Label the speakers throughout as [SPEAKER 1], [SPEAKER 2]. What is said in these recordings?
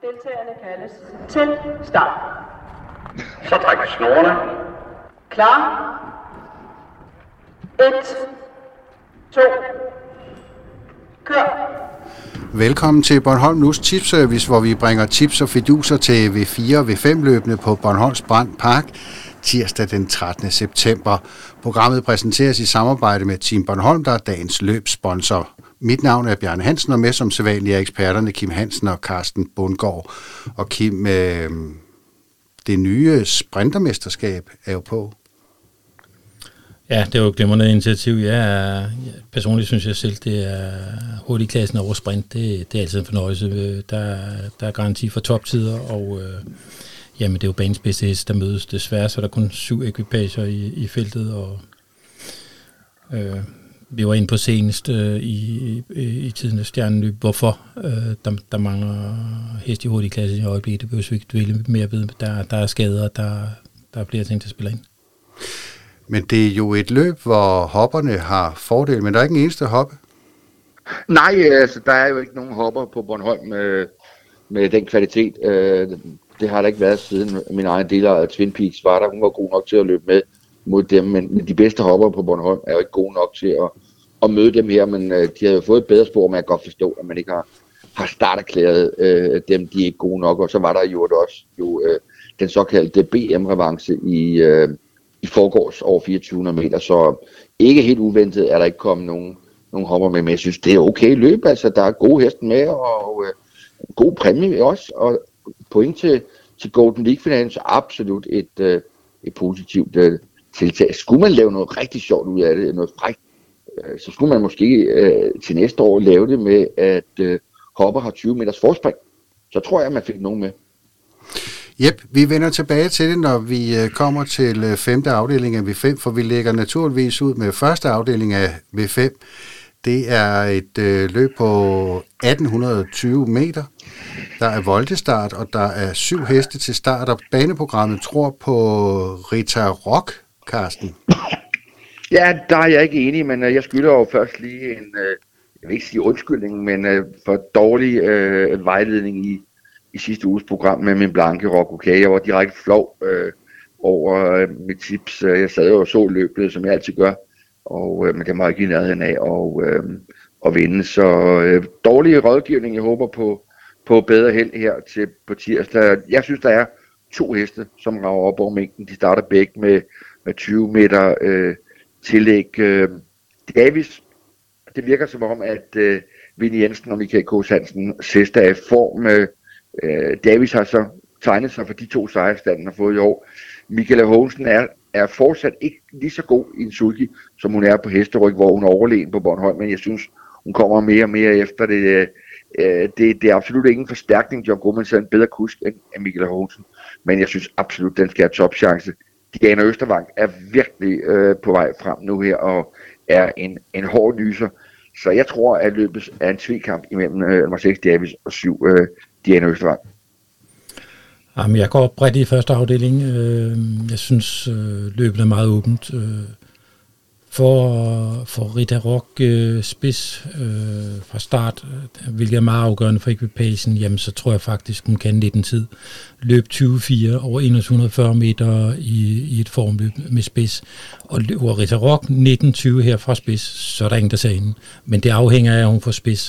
[SPEAKER 1] Deltagerne kaldes til start.
[SPEAKER 2] Så træk snorene.
[SPEAKER 1] Klar. 1, 2, kør.
[SPEAKER 3] Velkommen til Bornholm Nus Tipservice, hvor vi bringer tips og fiduser til V4 og V5-løbende på Bornholms Brand Park tirsdag den 13. september. Programmet præsenteres i samarbejde med Team Bornholm, der er dagens løbssponsor. Mit navn er Bjarne Hansen, og med som sædvanlig er eksperterne Kim Hansen og Carsten Bundgaard. Og Kim, det nye sprintermesterskab er jo på.
[SPEAKER 4] Ja, det er jo et glimrende initiativ. Personligt synes jeg selv, det er hurtigklassen over sprint. Det er altid en fornøjelse. Der er garanti for toptider, og jamen, det er jo banens bedste hest, der mødes. Desværre så er der kun 7 ekvipager i feltet, og vi var inde på senest i tidens stjerneløb, hvorfor der mangler hest i hurtigklassen i øjeblikket. Det behøver vi ikke dvæle mere ved. Der er skader, der er flere ting, der spiller ind.
[SPEAKER 3] Men det er jo et løb, hvor hopperne har fordel, men der er ikke en eneste hoppe.
[SPEAKER 5] Nej, altså der er jo ikke nogen hopper på Bornholm med den kvalitet. Det har der ikke været siden min egen deler af Twin Peaks var der. Hun var god nok til at løbe med mod dem, men de bedste hopper på Bornholm er jo ikke gode nok til at møde dem her, men de har jo fået et bedre spor, men jeg kan godt forstå, at man ikke har starterklæret dem, de er ikke gode nok, og så var der jo også den såkaldte BM-revanche i forgårs over 2400 meter, så ikke helt uventet er der ikke kommet nogen hopper med, men jeg synes, det er okay løb, altså der er gode hesten med, og god præmie også, og point til Golden League-finalen, så absolut et positivt tiltag. Skulle man lave noget rigtig sjovt ud af det, noget frækt, så skulle man måske til næste år lave det med, at hopper har 20 meters forspring. Så tror jeg, at man fik nogen med.
[SPEAKER 3] Jep, vi vender tilbage til det, når vi kommer til 5. afdeling af V5, for vi lægger naturligvis ud med første afdeling af V5. Det er et løb på 1820 meter. Der er voltestart, og der er 7 heste til start, og baneprogrammet tror på Rita Rock, Carsten.
[SPEAKER 5] Ja, der er jeg ikke enig, men jeg skylder jo først lige jeg vil ikke sige undskyldning, men for dårlig vejledning i sidste uges program med min blanke Rock. Okay, jeg var direkte flov over mit tips. Jeg sad jo og så løbet, som jeg altid gør, men det må jeg ikke i nærheden af at vinde. Så dårlig rådgivning. Jeg håber på bedre held her på tirsdag. Jeg synes, der er 2 heste, som rager op over mængden. De starter begge med 20 meter tillæg. Davis, det virker som om, at Vinnie Jensen og Michael K. Hansen sidste er i form. Davis har så tegnet sig for de 2 sejrstanden har fået i år. Michaela Hogensen er fortsat ikke lige så god i en sulky, som hun er på hesteryg, hvor hun er overlegen på Bornholm, men jeg synes, hun kommer mere og mere efter det. Det er absolut ingen forstærkning. John Grumman er en bedre kusk end Michaela Hogensen, men jeg synes absolut, den skal have topchance. Diana Østervang er virkelig på vej frem nu her, og er en hård nyser. Så jeg tror, at løbet er en tvekamp imellem nummer 6 Davis og 7 Diana Østervang.
[SPEAKER 4] Jamen, jeg går bredt i første afdeling. Jeg synes, løbet er meget åbent. For Rita Rock spids fra start, hvilket er meget afgørende for ekvipagen, jamen så tror jeg faktisk, hun kan 19 tid. Løb 20-4 over 2140 meter i et formløb med spids. Og Rita Rock 19-20 her fra spids, så er der ingen, der siger hende. Men det afhænger af, at hun får spids.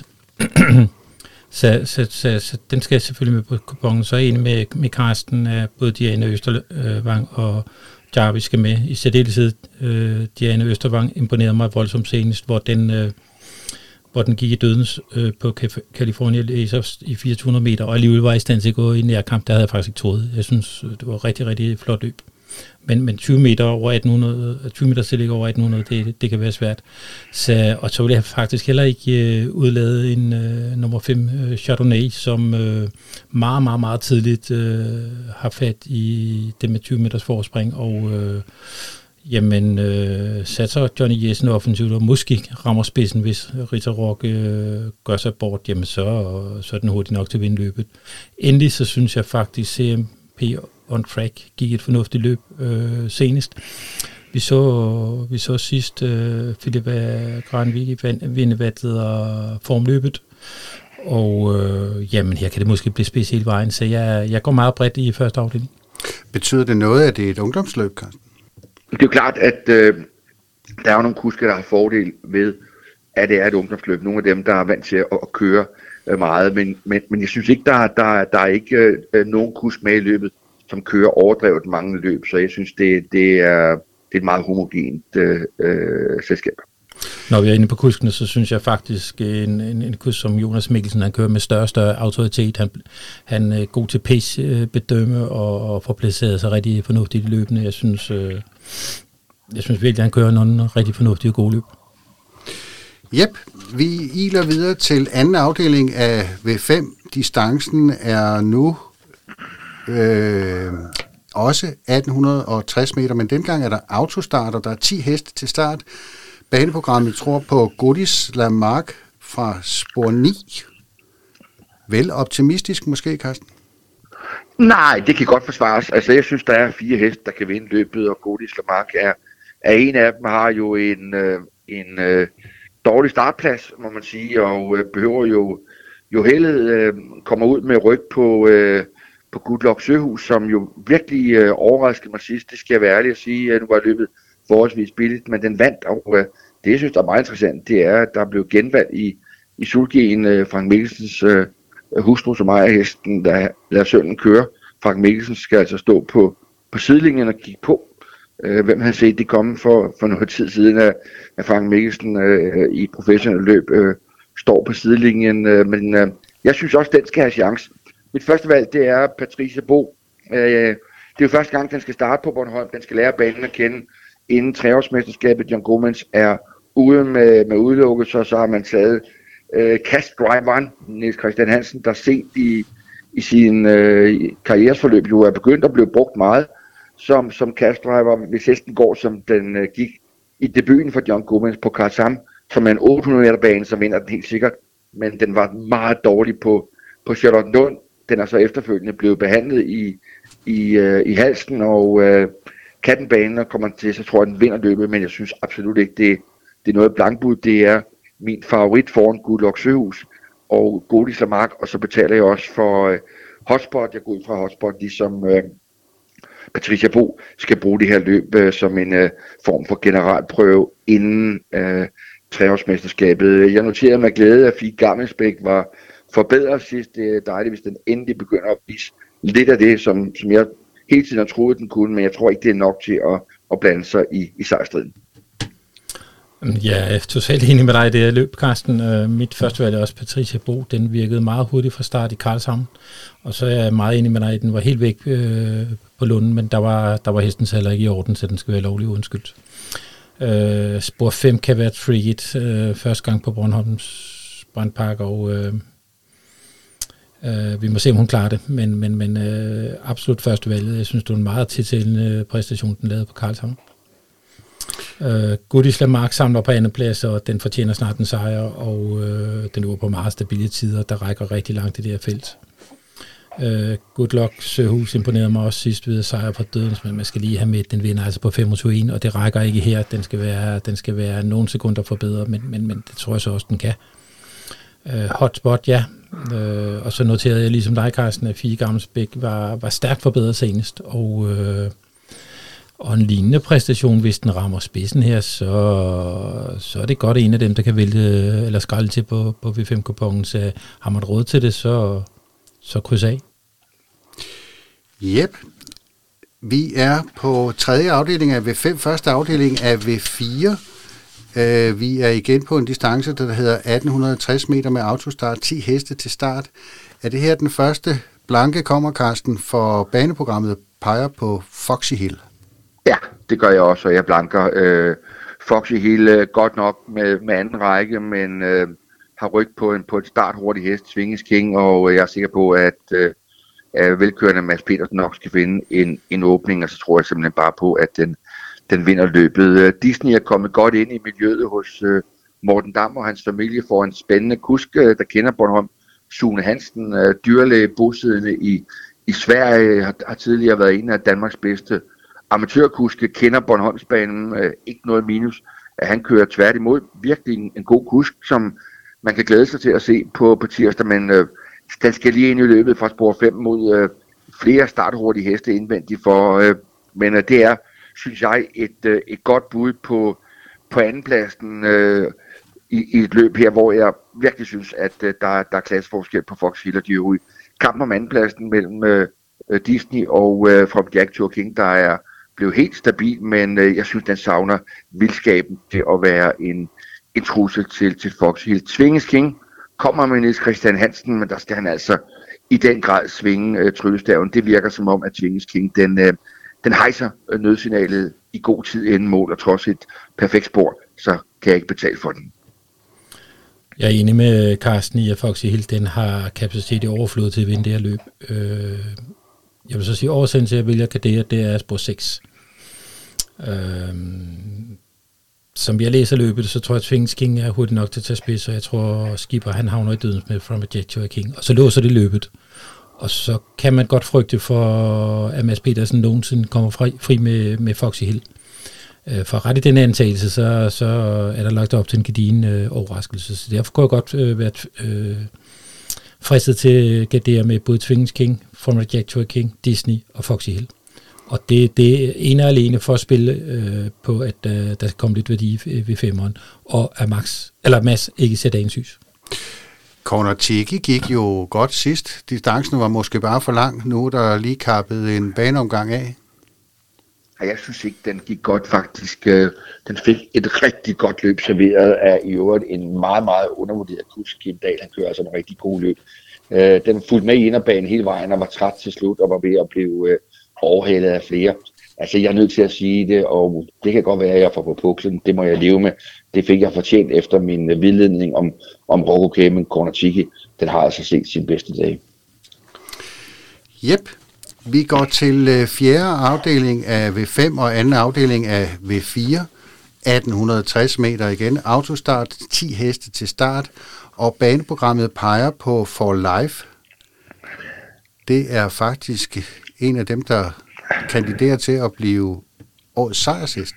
[SPEAKER 4] Så den skal jeg selvfølgelig med på kupongen. Så er jeg enig med Carsten, at både Diana Østervang og Jarvis skal med. I særdeleshed Diana Østervang imponerede mig voldsomt senest, hvor den gik i dødens på California Lacers i 400 meter, og alligevel var i stand til at gå i nærkamp. Der havde jeg faktisk ikke troet. Jeg synes, det var rigtig, rigtig flot løb. Men 20 meter over 1800, 20 meter tillæg over 1800, det kan være svært. Og så vil jeg faktisk heller ikke udlade en nummer 5 Chardonnay, som meget, meget, meget tidligt har fat i det med 20 meters forspring, og satser Johnny Jessen offensivt, og måske rammer spidsen, hvis Rita Rock gør sig bort, jamen så er den hurtigt nok til at vinde løbet. Endelig så synes jeg faktisk, CMP on track gik et fornuftigt løb senest. Vi så sidst Philippa Granvik vinde vattet og formløbet, Og jamen, her kan det måske blive spids hele vejen, så jeg går meget bredt i første afdeling.
[SPEAKER 3] Betyder det noget, at det er et ungdomsløb, Carsten?
[SPEAKER 5] Det er jo klart, at der er jo nogle kusker, der har fordel ved, at det er et ungdomsløb. Nogle af dem, der er vant til at køre meget, men jeg synes ikke, der er ikke nogen kusk med i løbet, som kører overdrevet mange løb, så jeg synes, det er et meget homogent selskab.
[SPEAKER 4] Når vi er inde på kuskene, så synes jeg faktisk, en kusk som Jonas Mikkelsen, han kører med større autoritet. Han er god til pace-bedømme og får placeret sig rigtig fornuftigt i løbende. Jeg synes virkelig, han kører nogle rigtig fornuftige og gode løb.
[SPEAKER 3] Jep, vi iler videre til anden afdeling af V5. Distancen er nu også 1860 meter, men dengang er der autostart, og der er 10 heste til start. Baneprogrammet tror på Godis La Marque fra spor 9. Vel optimistisk måske, Carsten?
[SPEAKER 5] Nej, det kan godt forsvares. Altså, jeg synes, der er 4 heste, der kan vinde løbet, og Godis La Marque er en af dem, har jo en dårlig startplads, må man sige, og behøver jo heldet kommer ud med ryg på Good Luck Søhus, som jo virkelig overraskede mig sidst. Det skal jeg være ærlig at sige, at nu var løbet forholdsvis billigt, men den vandt, og det jeg synes, der er meget interessant, det er, at der blev genvalgt i sulgien Frank Mikkelsens hustru, som ejer hesten, der lader sønnen køre. Frank Mikkelsen skal altså stå på sidelinjen og kigge på, hvem havde set det komme for noget tid siden, at Frank Mikkelsen i professionel løb står på sidelinjen, men jeg synes også, den skal have chance. Mit første valg, det er Patricia Bo. Det er jo første gang, den skal starte på Bornholm. Den skal lære banen at kende inden treårsmesterskabet. John Gomans er ude med udelukkelser, så har man taget kastdriveren Niels Christian Hansen, der sent i sin karrieresforløb jo er begyndt at blive brugt meget som kastdriver, hvis hesten går, som den gik i debuten for John Gomans på Karsam, som er en 800 meter bane, som vinder den helt sikkert, men den var meget dårlig på Charlottenlund. Den er så efterfølgende blevet behandlet i halsen, og kan den banen og kommer til, så tror jeg, den vinder løbet, men jeg synes absolut ikke, det er noget blankbud. Det er min favorit foran Good Luck Søhus og Godis La Marque, og så betaler jeg også for Hotspot. Jeg går ud fra Hotspot, ligesom Patricia Bo skal bruge det her løb som en form for generalprøve inden treårsmesterskabet. Jeg noterede med glæde, at Fie Gammelsbæk var forbedret sidst. Det er dejligt, hvis den endelig begynder at vise lidt af det, som jeg hele tiden har troet, den kunne, men jeg tror ikke, det er nok til at blande sig i sejrstriden.
[SPEAKER 4] Ja, jeg er totalt enig med dig i det her løb, Carsten. Mit første valg er også Patricia Bo. Den virkede meget hurtigt fra start i Karlshavn. Og så er jeg meget enig med dig, den var helt væk på Lunden, men der var hestens heller ikke i orden, så den skal være lovlig undskyldt. Spor 5 kan være tricket første gang på Bornholms Brandpark, og vi må se, om hun klarer det, men absolut første valget. Jeg synes, det var en meget tiltalende præstation, den lavede på Karlshavn. Godis La Marque samler på anden plads, og den fortjener snart en sejr, og den løber på meget stabile tider, der rækker rigtig langt i det her felt. Good Luck Søhus imponerede mig også sidst ved sejr på Dødens, men man skal lige have med, den vinder altså på 25-1, og det rækker ikke her. Den skal være nogle sekunder forbedre, men det tror jeg så også, den kan. Hotspot, ja. Og så noterede jeg ligesom dig, Carsten, at Fie Gammelsbæk var stærkt forbedret senest, og en lignende præstation, hvis den rammer spidsen her, så er det godt en af dem, der kan vælge eller skralde til på V5-kupongen. Så har man råd til det, så kryds af.
[SPEAKER 3] Jep. Vi er på tredje afdeling af V5, første afdeling af V4. Vi er igen på en distance, der hedder 1860 meter med autostart, 10 heste til start. Er det her den første blanke kommer, Carsten, for baneprogrammet peger på Foxy Hill?
[SPEAKER 5] Ja, det gør jeg også, og jeg blanker Foxy Hill godt nok med anden række, men har ryg på en start hurtig hest, Svinges King, og jeg er sikker på, at velkørende Mads Petersen nok skal finde en åbning, og så tror jeg simpelthen bare på, at den vinder løbet. Disney er kommet godt ind i miljøet hos Morten Dam og hans familie for en spændende kusk, der kender Bornholm. Sune Hansen, dyrlæge bosiddende i Sverige, har tidligere været en af Danmarks bedste amatørkuske, kender Bornholmsbanen, ikke noget minus, at han kører tværtimod. Virkelig en god kusk, som man kan glæde sig til at se på tirsdag, men den skal lige ind i løbet fra spor 5 mod flere starthurtige heste indvendigt men det er, synes jeg, et godt bud på andenpladsen i et løb her, hvor jeg virkelig synes, at der er klasseforskel på Fox Hill og de øvrige. Kampen om andenpladsen mellem Disney og From Jack to King, der er blevet helt stabil, men jeg synes, den savner vildskaben til at være en trussel til Fox Hill. Tvinges King kommer med Niels Christian Hansen, men der skal han altså i den grad svinge tryllestaven. Det virker som om, at Tvinges King, den hejser nødsignalet i god tid inden mål, og trods et perfekt spor, så kan jeg ikke betale for den.
[SPEAKER 4] Jeg er enig med Carsten i, at Fox Hill, den har kapacitet i overflod til at vinde det her løb. Jeg vil så sige, årsagen til, at jeg vælger Kadea, det er spor 6. Som jeg læser løbet, så tror jeg, at Tvinges King er hurtigt nok til at tage spids, og jeg tror, Skipper han havner i dødens med From Jack to King, og så låser det løbet. Og så kan man godt frygte for, at Mads Petersen nogensinde kommer fri med Foxy Hill. For ret i den antagelse, så er der lagt op til en gedigen overraskelse. Så derfor kunne jeg godt være fristet til at gardere med både Tvinges King, From Jack to King, Disney og Foxy Hill. Og det er ene og alene for at spille på, at der skal komme lidt værdi ved femmeren, og at Mads ikke ser dagens lys.
[SPEAKER 3] Corner Tiki gik jo godt sidst. Distancen var måske bare for lang. Nu der lige kappet en baneomgang af.
[SPEAKER 5] Jeg synes ikke, den gik godt faktisk. Den fik et rigtig godt løb serveret af i øvrigt en meget, meget undervurderet kusk. Kim Dahl, han kører altså en rigtig god løb. Den fulgte med i inderbanen hele vejen og var træt til slut og var ved at blive overhældet af flere. Altså, jeg er nødt til at sige det, og det kan godt være, at jeg får på puklen. Det må jeg leve med. Det fik jeg fortjent efter min vildledning om Rocco Kay, men Corner Tiki, den har altså set sin bedste dag.
[SPEAKER 3] Jep. Vi går til fjerde afdeling af V5 og anden afdeling af V4. 1860 meter igen. Autostart, 10 heste til start, og baneprogrammet peger på For Life. Det er faktisk en af dem, der kandiderer til at blive årets sejrshest.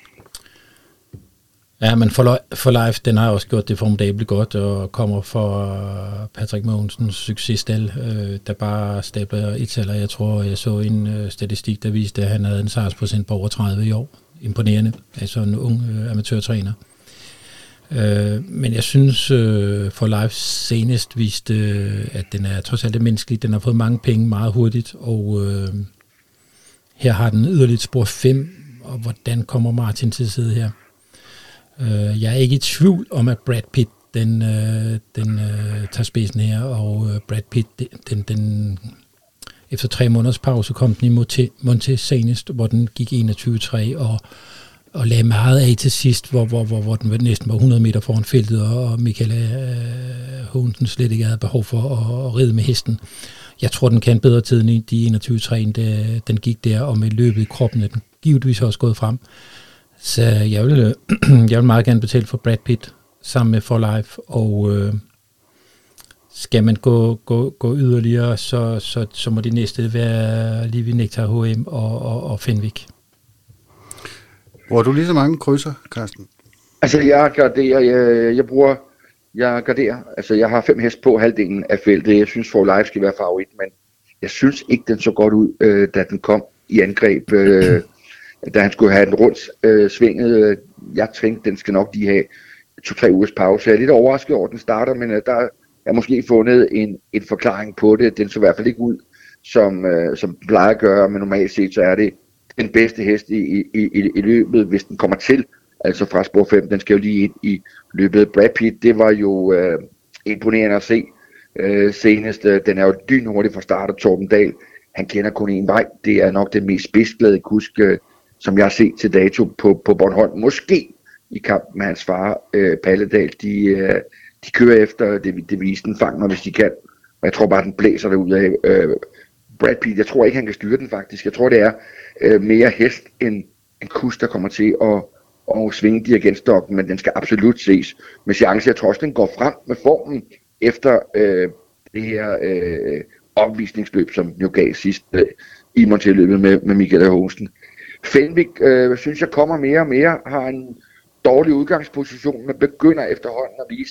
[SPEAKER 4] Ja, men For Life, den har også gjort det formidabelt godt, og kommer fra Patrick Mogensens successtal, der bare stabler et tal, og jeg tror, jeg så en statistik, der viste, at han havde en sejrsprocent på over 30 i år. Imponerende, altså en ung amatørtræner. Men jeg synes, For Life senest viste, at den er trods alt det menneskeligt. Den har fået mange penge meget hurtigt, og her har den yderligt spor 5, og hvordan kommer Martin til at sidde her? Jeg er ikke i tvivl om, at Brad Pitt, den tager spidsen her, og Brad Pitt, den efter 3 måneders pause kom den i Monte senest, hvor den gik 21-3, og lagde meget af til sidst, hvor den næsten var 100 meter foran feltet, og Michael Hohensen slet ikke havde behov for at ride med hesten. Jeg tror, den kan bedre tid end de 21-3, den gik der, og med løbet i kroppen er den givetvis også gået frem. Så jeg vil meget gerne betale for Brad Pitt sammen med For Life, og skal man gå yderligere, så må det næste være Livi Nektar HM og Fenwick.
[SPEAKER 3] Bruger du lige så mange krydser, Carsten?
[SPEAKER 5] Altså, jeg garderer. Altså, jeg har 5 heste på halvdelen af feltet. Jeg synes, For Life skal være favorit, men jeg synes ikke, den så godt ud, da den kom i angreb. Da han skulle have den rundt svinget. Jeg tænkte, den skal nok lige have 2-3 ugers pause. Jeg er lidt overrasket over, at den starter, men der er måske fundet en forklaring på det. Den så i hvert fald ikke ud, som plejer at gøre, men normalt set, så er det den bedste hest i løbet, hvis den kommer til. Altså fra spor 5, den skal jo lige ind i løbet. Brad Pitt, det var jo imponerende at se senest. Den er jo lynhurtig fra start, og Torben Dahl, han kender kun én vej. Det er nok den mest spidsglade kusk, som jeg har set til dato på Bornholm. Måske i kamp med hans far, Palledal. De kører efter det viste den fanger, hvis de kan. Og jeg tror bare, den blæser derud af. Brad Pitt, jeg tror ikke, han kan styre den faktisk. Jeg tror, det er mere hest end en kusk, der kommer til at svinge dirigentstokken, men den skal absolut ses med chance. Jeg tror også, den går frem med formen efter det her opvisningsløb, som jo gav sidst i Monteløbet med Michael Hohensen. Fenwick, synes jeg kommer mere og mere, har en dårlig udgangsposition, men begynder efterhånden at vise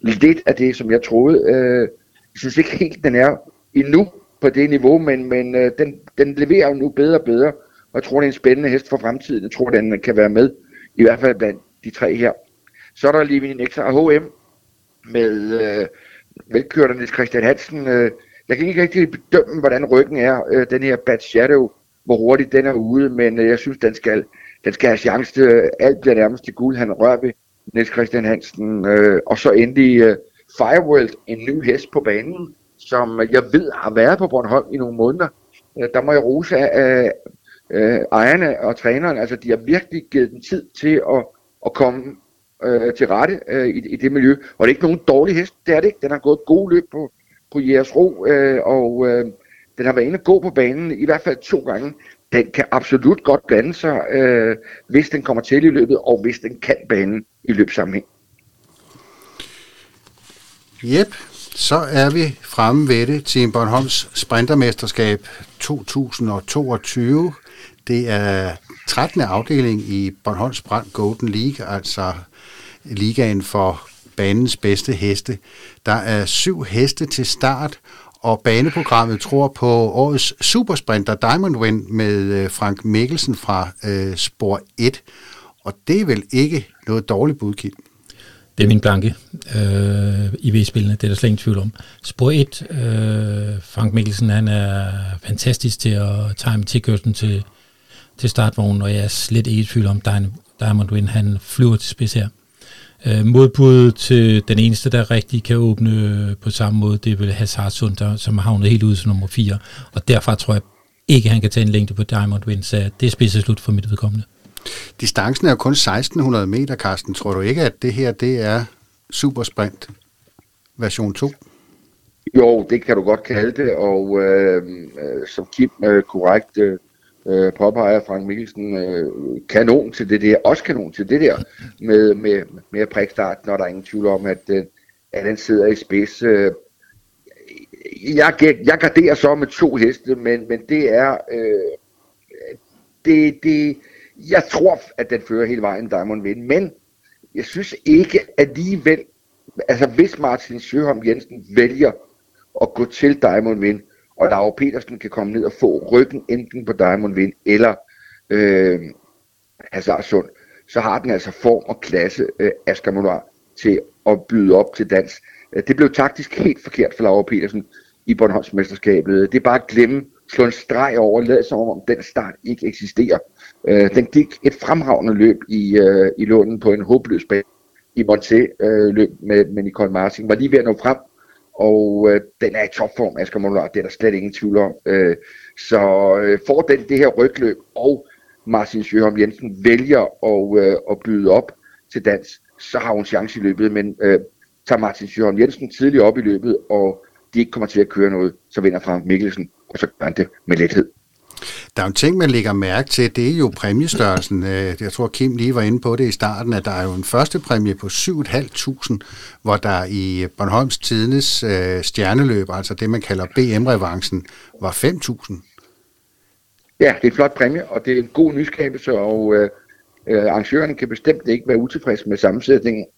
[SPEAKER 5] lidt af det, som jeg troede. Jeg synes ikke helt, den er endnu på det niveau, men den leverer jo nu bedre og bedre, og jeg tror, det er en spændende hest for fremtiden. Jeg tror, den kan være med, i hvert fald blandt de tre her. Så er der lige en ekstra HM med velkørende Niels Christian Hansen. Jeg kan ikke rigtig bedømme, hvordan ryggen er, den her Bad Shadow, hvor hurtigt den er ude, men jeg synes, den skal have chance. Alt bliver nærmest til guld, han rører ved Niels Christian Hansen. Og så endelig Fireworld, en ny hest på banen, som jeg ved har været på Bornholm i nogle måneder. Der må jeg rose af ejerne og træneren. Altså, de har virkelig givet den tid til at komme til rette i det miljø. Og det er ikke nogen dårlig hest, det er det ikke. Den har gået et god løb på Jægersro, og den har været inde og gå på banen i hvert fald 2 gange. Den kan absolut godt blande sig, hvis den kommer til i løbet, og hvis den kan banen i løbssammenhæng.
[SPEAKER 3] Jep, så er vi fremme ved det til Bornholms Sprintermesterskab 2022. Det er 13. afdeling i Bornholms Brand Golden League, altså ligaen for banens bedste heste. Der er 7 heste til start, og baneprogrammet tror på årets supersprinter Diamond Win med Frank Mikkelsen fra spor 1. Og det er vel ikke noget dårligt bud, Kim?
[SPEAKER 4] Det er min blanke i V-spillene, det er der slet ingen tvivl om. Spor 1, Frank Mikkelsen, han er fantastisk til at time tilkørslen til startvognen, og jeg er slet ikke i tvivl om, Diamond Win, han flyver til spids her. Modbuddet til den eneste, der rigtig kan åbne på samme måde, det er vel Hazard Sund, som har havnet helt ude som nummer 4, og derfra tror jeg ikke, han kan tage en længde på Diamond Win, så det er spidseslut for mit vedkommende.
[SPEAKER 3] Distancen er jo kun 1600 meter, Carsten. Tror du ikke, at det her, det er supersprint version 2?
[SPEAKER 5] Jo, det kan du godt kalde det, og som Kim korrekt påpeger, Frank Mikkelsen kanon til det der, også kanon til det der med at prikke start, når der er ingen tvivl om, at den sidder i spids. Jeg garderer så med 2 heste, men det er jeg tror, at den fører hele vejen Diamond Win, men jeg synes ikke alligevel, altså hvis Martin Søholm Jensen vælger at gå til Diamond Win, og Laura Petersen kan komme ned og få ryggen enten på Diamond Win eller Hazard Sund, så har den altså form og klasse Asger Monoir til at byde op til dans. Det blev taktisk helt forkert for Laura Petersen i Bornholms mesterskabet. Det er bare at glemme, slå en streg over, lad som om den start ikke eksisterer. Den gik et fremragende løb i Lunden på en håbløs bane i Monté, løb med Nicole Martin, var lige ved at nå frem, og den er i topform, Asger Monoir, det er der slet ingen tvivl om. Så får den det her rygløb, og Martin Søholm Jensen vælger at byde op til dans, så har hun chance i løbet, men tager Martin Søholm Jensen tidligt op i løbet, og de ikke kommer til at køre noget, så vinder Frank Mikkelsen, og så gør han det med lethed.
[SPEAKER 3] Der er en ting, man lægger mærke til, det er jo præmiestørrelsen. Jeg tror, Kim lige var inde på det i starten, at der er jo en første præmie på 7.500, hvor der i Bornholms Tidendes stjerneløb, altså det man kalder BM-revancen, var 5.000.
[SPEAKER 5] Ja, det er en flot præmie, og det er en god nyskabelse, og arrangørerne kan bestemt ikke være utilfredse med sammensætningen.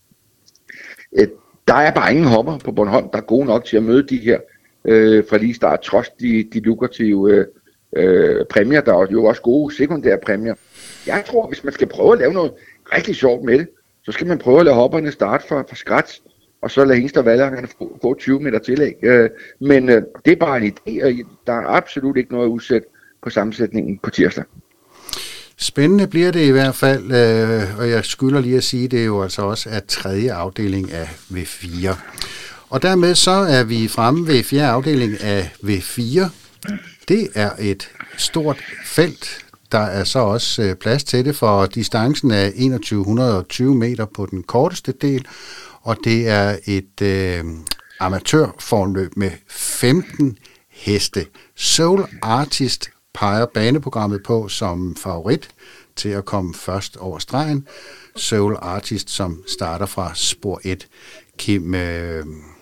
[SPEAKER 5] Der er bare ingen hopper på Bornholm, der er gode nok til at møde de her fra lige start, trods de lukrative præmier. Der er jo også gode sekundære præmier. Jeg tror, hvis man skal prøve at lave noget rigtig sjovt med det, så skal man prøve at lade hopperne starte fra scratch, og så lade Hingst og Vallerhangerne få 20 meter tillæg. Men det er bare en idé, og der er absolut ikke noget at udsætte på sammensætningen på tirsdag.
[SPEAKER 3] Spændende bliver det i hvert fald, og jeg skylder lige at sige, det er jo altså også at 3. afdeling af V4. Og dermed så er vi fremme ved 4. afdeling af V4. Det er et stort felt. Der er så også plads til det, for distancen er 2120 meter på den korteste del, og det er et amatørformløb med 15 heste. Soul Artist peger baneprogrammet på som favorit til at komme først over stregen. Soul Artist, som starter fra spor 1. Kim, hvad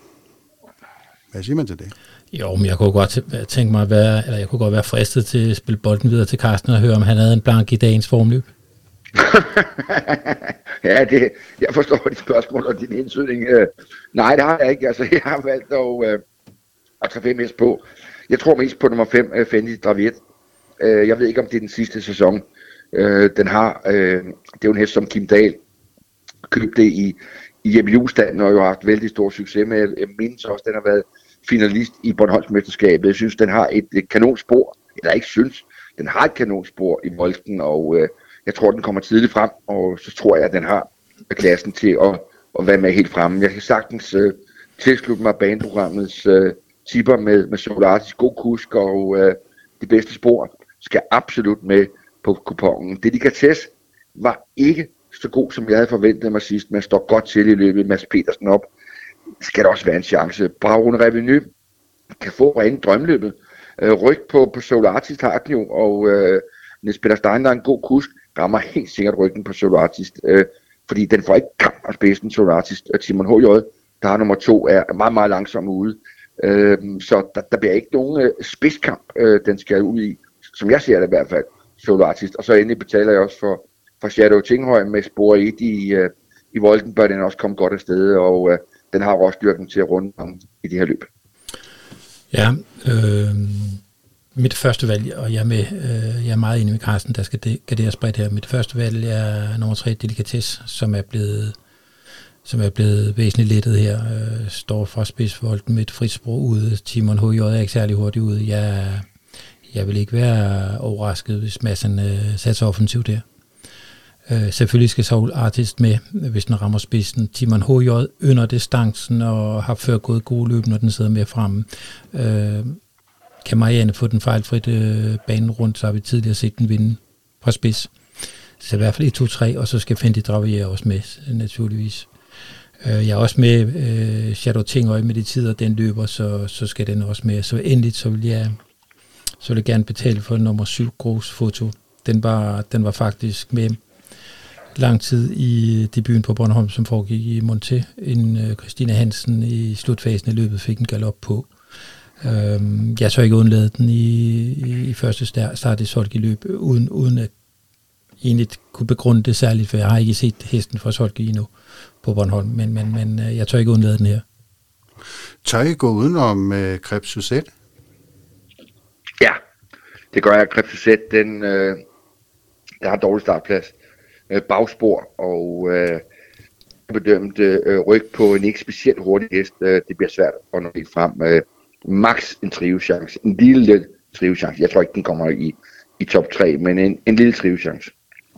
[SPEAKER 3] siger man til det?
[SPEAKER 4] Jo, men jeg kunne godt tænke mig jeg kunne godt være fristet til at spille bolden videre til Carsten og høre, om han havde en blank i dagens formløb.
[SPEAKER 5] Ja, jeg forstår dit spørgsmål og din indsøgning. Nej, det har jeg ikke. Altså, jeg har valgt at tage 5 hest på. Jeg tror mest på nummer 5, Fendi Draviet. Jeg ved ikke, om det er den sidste sæson. Det er jo en hest, som Kim Dahl købte i Jeppe Juhlstanden, og jo har haft vældig stor succes med. Jeg mindes også, den har været finalist i Bornholmsmesterskabet. Jeg synes, den har et kanonspor. Eller ikke synes, den har et kanonspor i Volsten, og jeg tror, den kommer tidligt frem, og så tror jeg, at den har klassen til at være med helt fremme. Jeg kan sagtens tilslutte mig baneprogrammets tipper med Solaris, god kusk og de bedste spor skal absolut med på kupongen. Delikatesse var ikke så god, som jeg havde forventet mig sidst, men står godt til i løbet. Mads Petersen op. Skal der også være en chance. Braun Reveny kan få rent drømløbet. Ryg på Solaris har den jo, og Niels Peter Stein, der er en god kusk, rammer helt sikkert ryggen på Solaris, fordi den får ikke kamp af spidsen Solaris. Timon H.J., der har nummer 2, er meget, meget langsom ude. Så der bliver ikke nogen spidskamp, den skal ud i, som jeg ser det i hvert fald, Solaris. Og så endelig betaler jeg også for Shadow Tinghøj med spor 1 i Volden, bør den også komme godt afsted, og den har også styrken til at runde i det her løb.
[SPEAKER 4] Ja, mit første valg, og jeg er meget enig med Carsten, der skal gardere spredt her. Mit første valg er nummer 3, Delikatesse, som er blevet væsentligt lettet her. Står fra spidsvolden med et frit spor ude. Timon H.J. er ikke særlig hurtigt ude. Jeg vil ikke være overrasket, hvis Madsen satser offensivt der. Selvfølgelig skal Soul Artist med, hvis den rammer spidsen. Timon H.J. ynder distancen og har før gået gode løb, når den sidder mere fremme. Kan Marianne få den fejlfrit banen rundt, så har vi tidligere set den vinde fra spids. Så i hvert fald 1-2-3, og så skal Fendi Dravier også med, naturligvis. Jeg er også med Shadow Tinghøj med de tider, den løber, så skal den også med. Så endeligt, så vil jeg gerne betale for nummer 7, Gros Foto. Den var faktisk med lang tid i debuten på Bornholm, som foregik i Monté, inden Christina Hansen i slutfasen af løbet fik en galop på. Jeg tør ikke undlade den i første start i Solki løb, uden at egentlig kunne begrunde det særligt, for jeg har ikke set hesten fra Solki endnu på Bornholm, men jeg tør ikke undlade den her.
[SPEAKER 3] Tør I gå udenom Krebs Suzette?
[SPEAKER 5] Ja, det gør jeg. Krebs Suzette, den har en dårlig startplads. Bagspor og bedømt ryg på en ikke specielt hurtig hest. Det bliver svært at nå helt frem. Max en trivechance. En lille trivechance. Jeg tror ikke, den kommer i top 3, men en lille trivechance.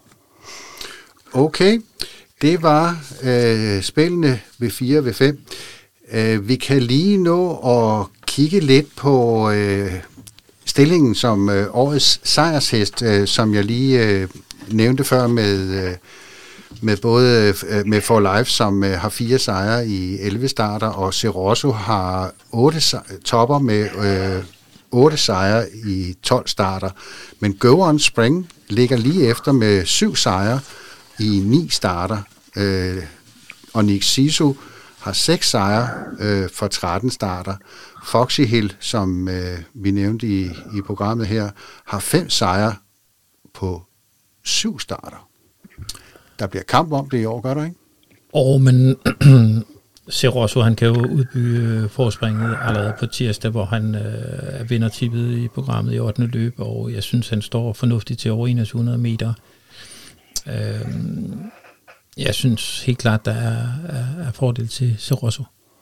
[SPEAKER 3] Okay, det var spillene ved 4 ved 5. Vi kan lige nå at kigge lidt på stillingen som årets sejrshest, som jeg lige nævnte før med både med For Life, som har 4 sejre i 11 starter, og Serosso har 8 topper med 8 sejre i 12 starter. Men Go On Spring ligger lige efter med 7 sejre i 9 starter. Og Nick Sisu har 6 sejre for 13 starter. Foxy Hill, som vi nævnte i programmet her, har 5 sejre på 7 starter. Der bliver kamp om det i år, gør der ikke? Men
[SPEAKER 4] Serosso, han kan jo udbygge forspringet allerede på tirsdag, hvor han er vindertippet i programmet i 8. løb, og jeg synes, han står fornuftigt til over 2100 meter. Jeg synes helt klart, der er fordel til Serosso.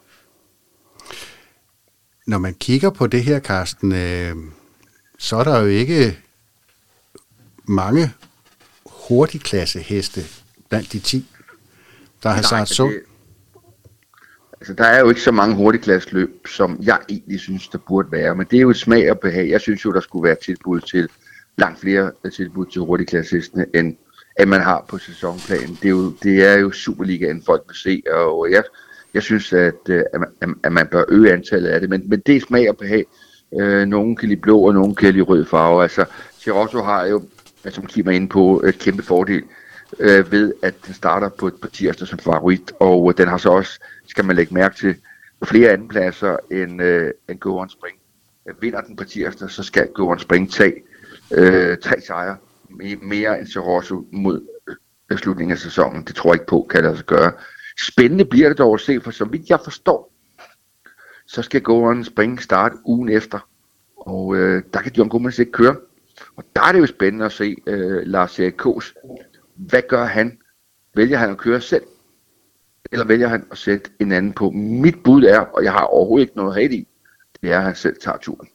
[SPEAKER 3] Når man kigger på det her, Carsten, så er der jo ikke mange hurtigklasse heste blandt de 10, der har sagt så.
[SPEAKER 5] Altså, der er jo ikke så mange hurtigklasseløb, som jeg egentlig synes, der burde være, men det er jo et smag og behag. Jeg synes jo, der skulle være tilbud til langt flere tilbud til hurtigklassehestene, end man har på sæsonplanen. Det er jo Superligaen, folk vil se, og jeg synes, at man bør øge antallet af det, men det er smag og behag. Nogen kan lide blå, og nogen kan lide rød farve. Altså, Serosso har jo, som kigger ind på, et kæmpe fordel ved, at den starter på tirsdag som favorit, og den har så også, skal man lægge mærke til, flere andenpladser end Go On Spring. Vinder den på tirsdag, så skal Go On Spring tage 3 sejre, mere end Serosso mod slutningen af sæsonen. Det tror jeg ikke på, kan lade sig gøre. Spændende bliver det dog at se, for så vidt jeg forstår, så skal Go On Spring starte ugen efter. Og der kan John Gummans ikke køre. Og der er det jo spændende at se Lars Erik Kaas. Hvad gør han? Vælger han at køre selv? Eller vælger han at sætte en anden på? Mit bud er, og jeg har overhovedet ikke noget hate i, det er, at han selv tager turen.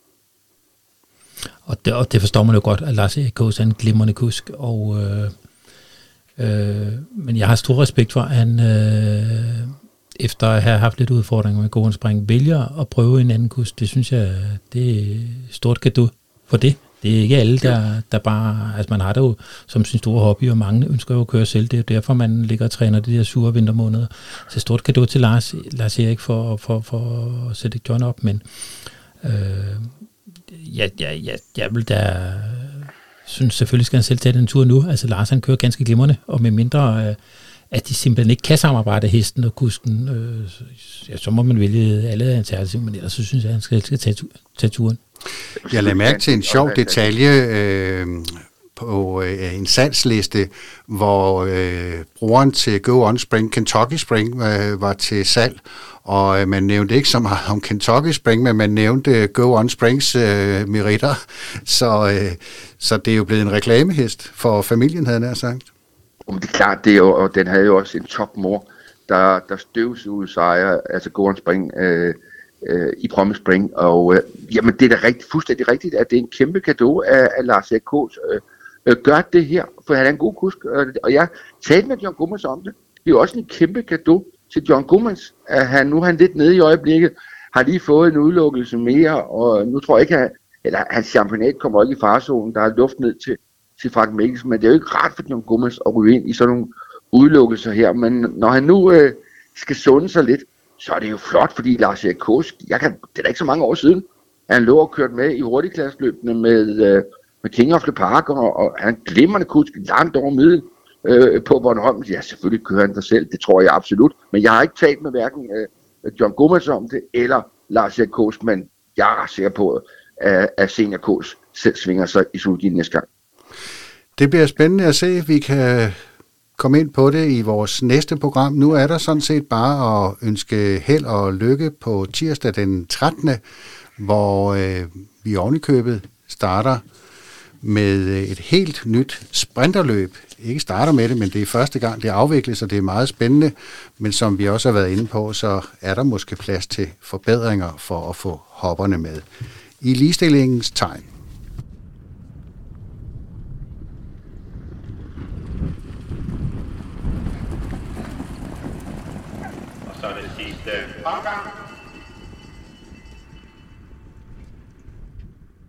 [SPEAKER 4] Og det forstår man jo godt, at Lars Erik Kaas er en glimrende kusk, men jeg har stor respekt for, at han efter at have haft lidt udfordringer med Go On Spring, vælger at prøve en anden kusk. Det synes jeg, det er stort cadeau for det. Det er ikke alle, der bare... Altså man har det jo som sin store hobby, og mange ønsker jo at køre selv. Det er jo derfor, man ligger og træner de der sure vintermåneder. Så stort cadeau til Lars Erik for at sætte John op, men jeg vil da... synes selvfølgelig skal han selv tage den tur nu. Altså Lars han kører ganske glimrende, og med mindre at de simpelthen ikke kan samarbejde, hesten og kusken, så må man vælge alle alternativer, men ellers så synes jeg, at han skal tage turen.
[SPEAKER 3] Jeg lader mærke til en sjov detalje på en salgsliste, hvor brugeren til Go On Spring, Kentucky Spring, var til salg, og man nævnte ikke så meget om Kentucky Spring, men man nævnte Go On Springs meritter, så det er jo blevet en reklamehest for familien, havde jeg sagt.
[SPEAKER 5] Det er klart, det er jo, og den havde jo også en topmor, der støvsugede sejre, altså Go On Spring i Promise Spring, og jamen det er da fuldstændig rigtigt, at det er en kæmpe cadeau af Lars Erik Kaas. Gør det her, for han er en god kusk, og jeg talte med John Gummans om det. Det er jo også en kæmpe cadeau til John Gummans, at nu er han lidt nede i øjeblikket, har lige fået en udelukkelse mere, og nu tror jeg ikke, at hans championat kommer ikke i farzonen, der er luft ned til Frank Mikkelsen, men det er jo ikke rart for John Gummans at ryge ind i sådan nogle udelukkelser her, men når han nu skal sunde sig lidt, så er det jo flot, fordi Lars Erik Kaas, det er da ikke så mange år siden, at han lå og kørt med i hurtigklasseløbene med King of the Park, og han glimrende kusk langt over middel på Bornholm. Ja, selvfølgelig kører han sig selv, det tror jeg absolut, men jeg har ikke talt med hverken John Gummans om det, eller Lars Erik Kaas, men jeg er sikker på, at Senior Kaas selv svinger sig i Sulgin næste gang.
[SPEAKER 3] Det bliver spændende at se, vi kan komme ind på det i vores næste program. Nu er der sådan set bare at ønske held og lykke på tirsdag den 13., hvor vi ovenikøbet starter med et helt nyt sprinterløb. Ikke starter med det, men det er første gang, det afvikles, så det er meget spændende. Men som vi også har været inde på, så er der måske plads til forbedringer for at få hopperne med. I ligestillingens tegn.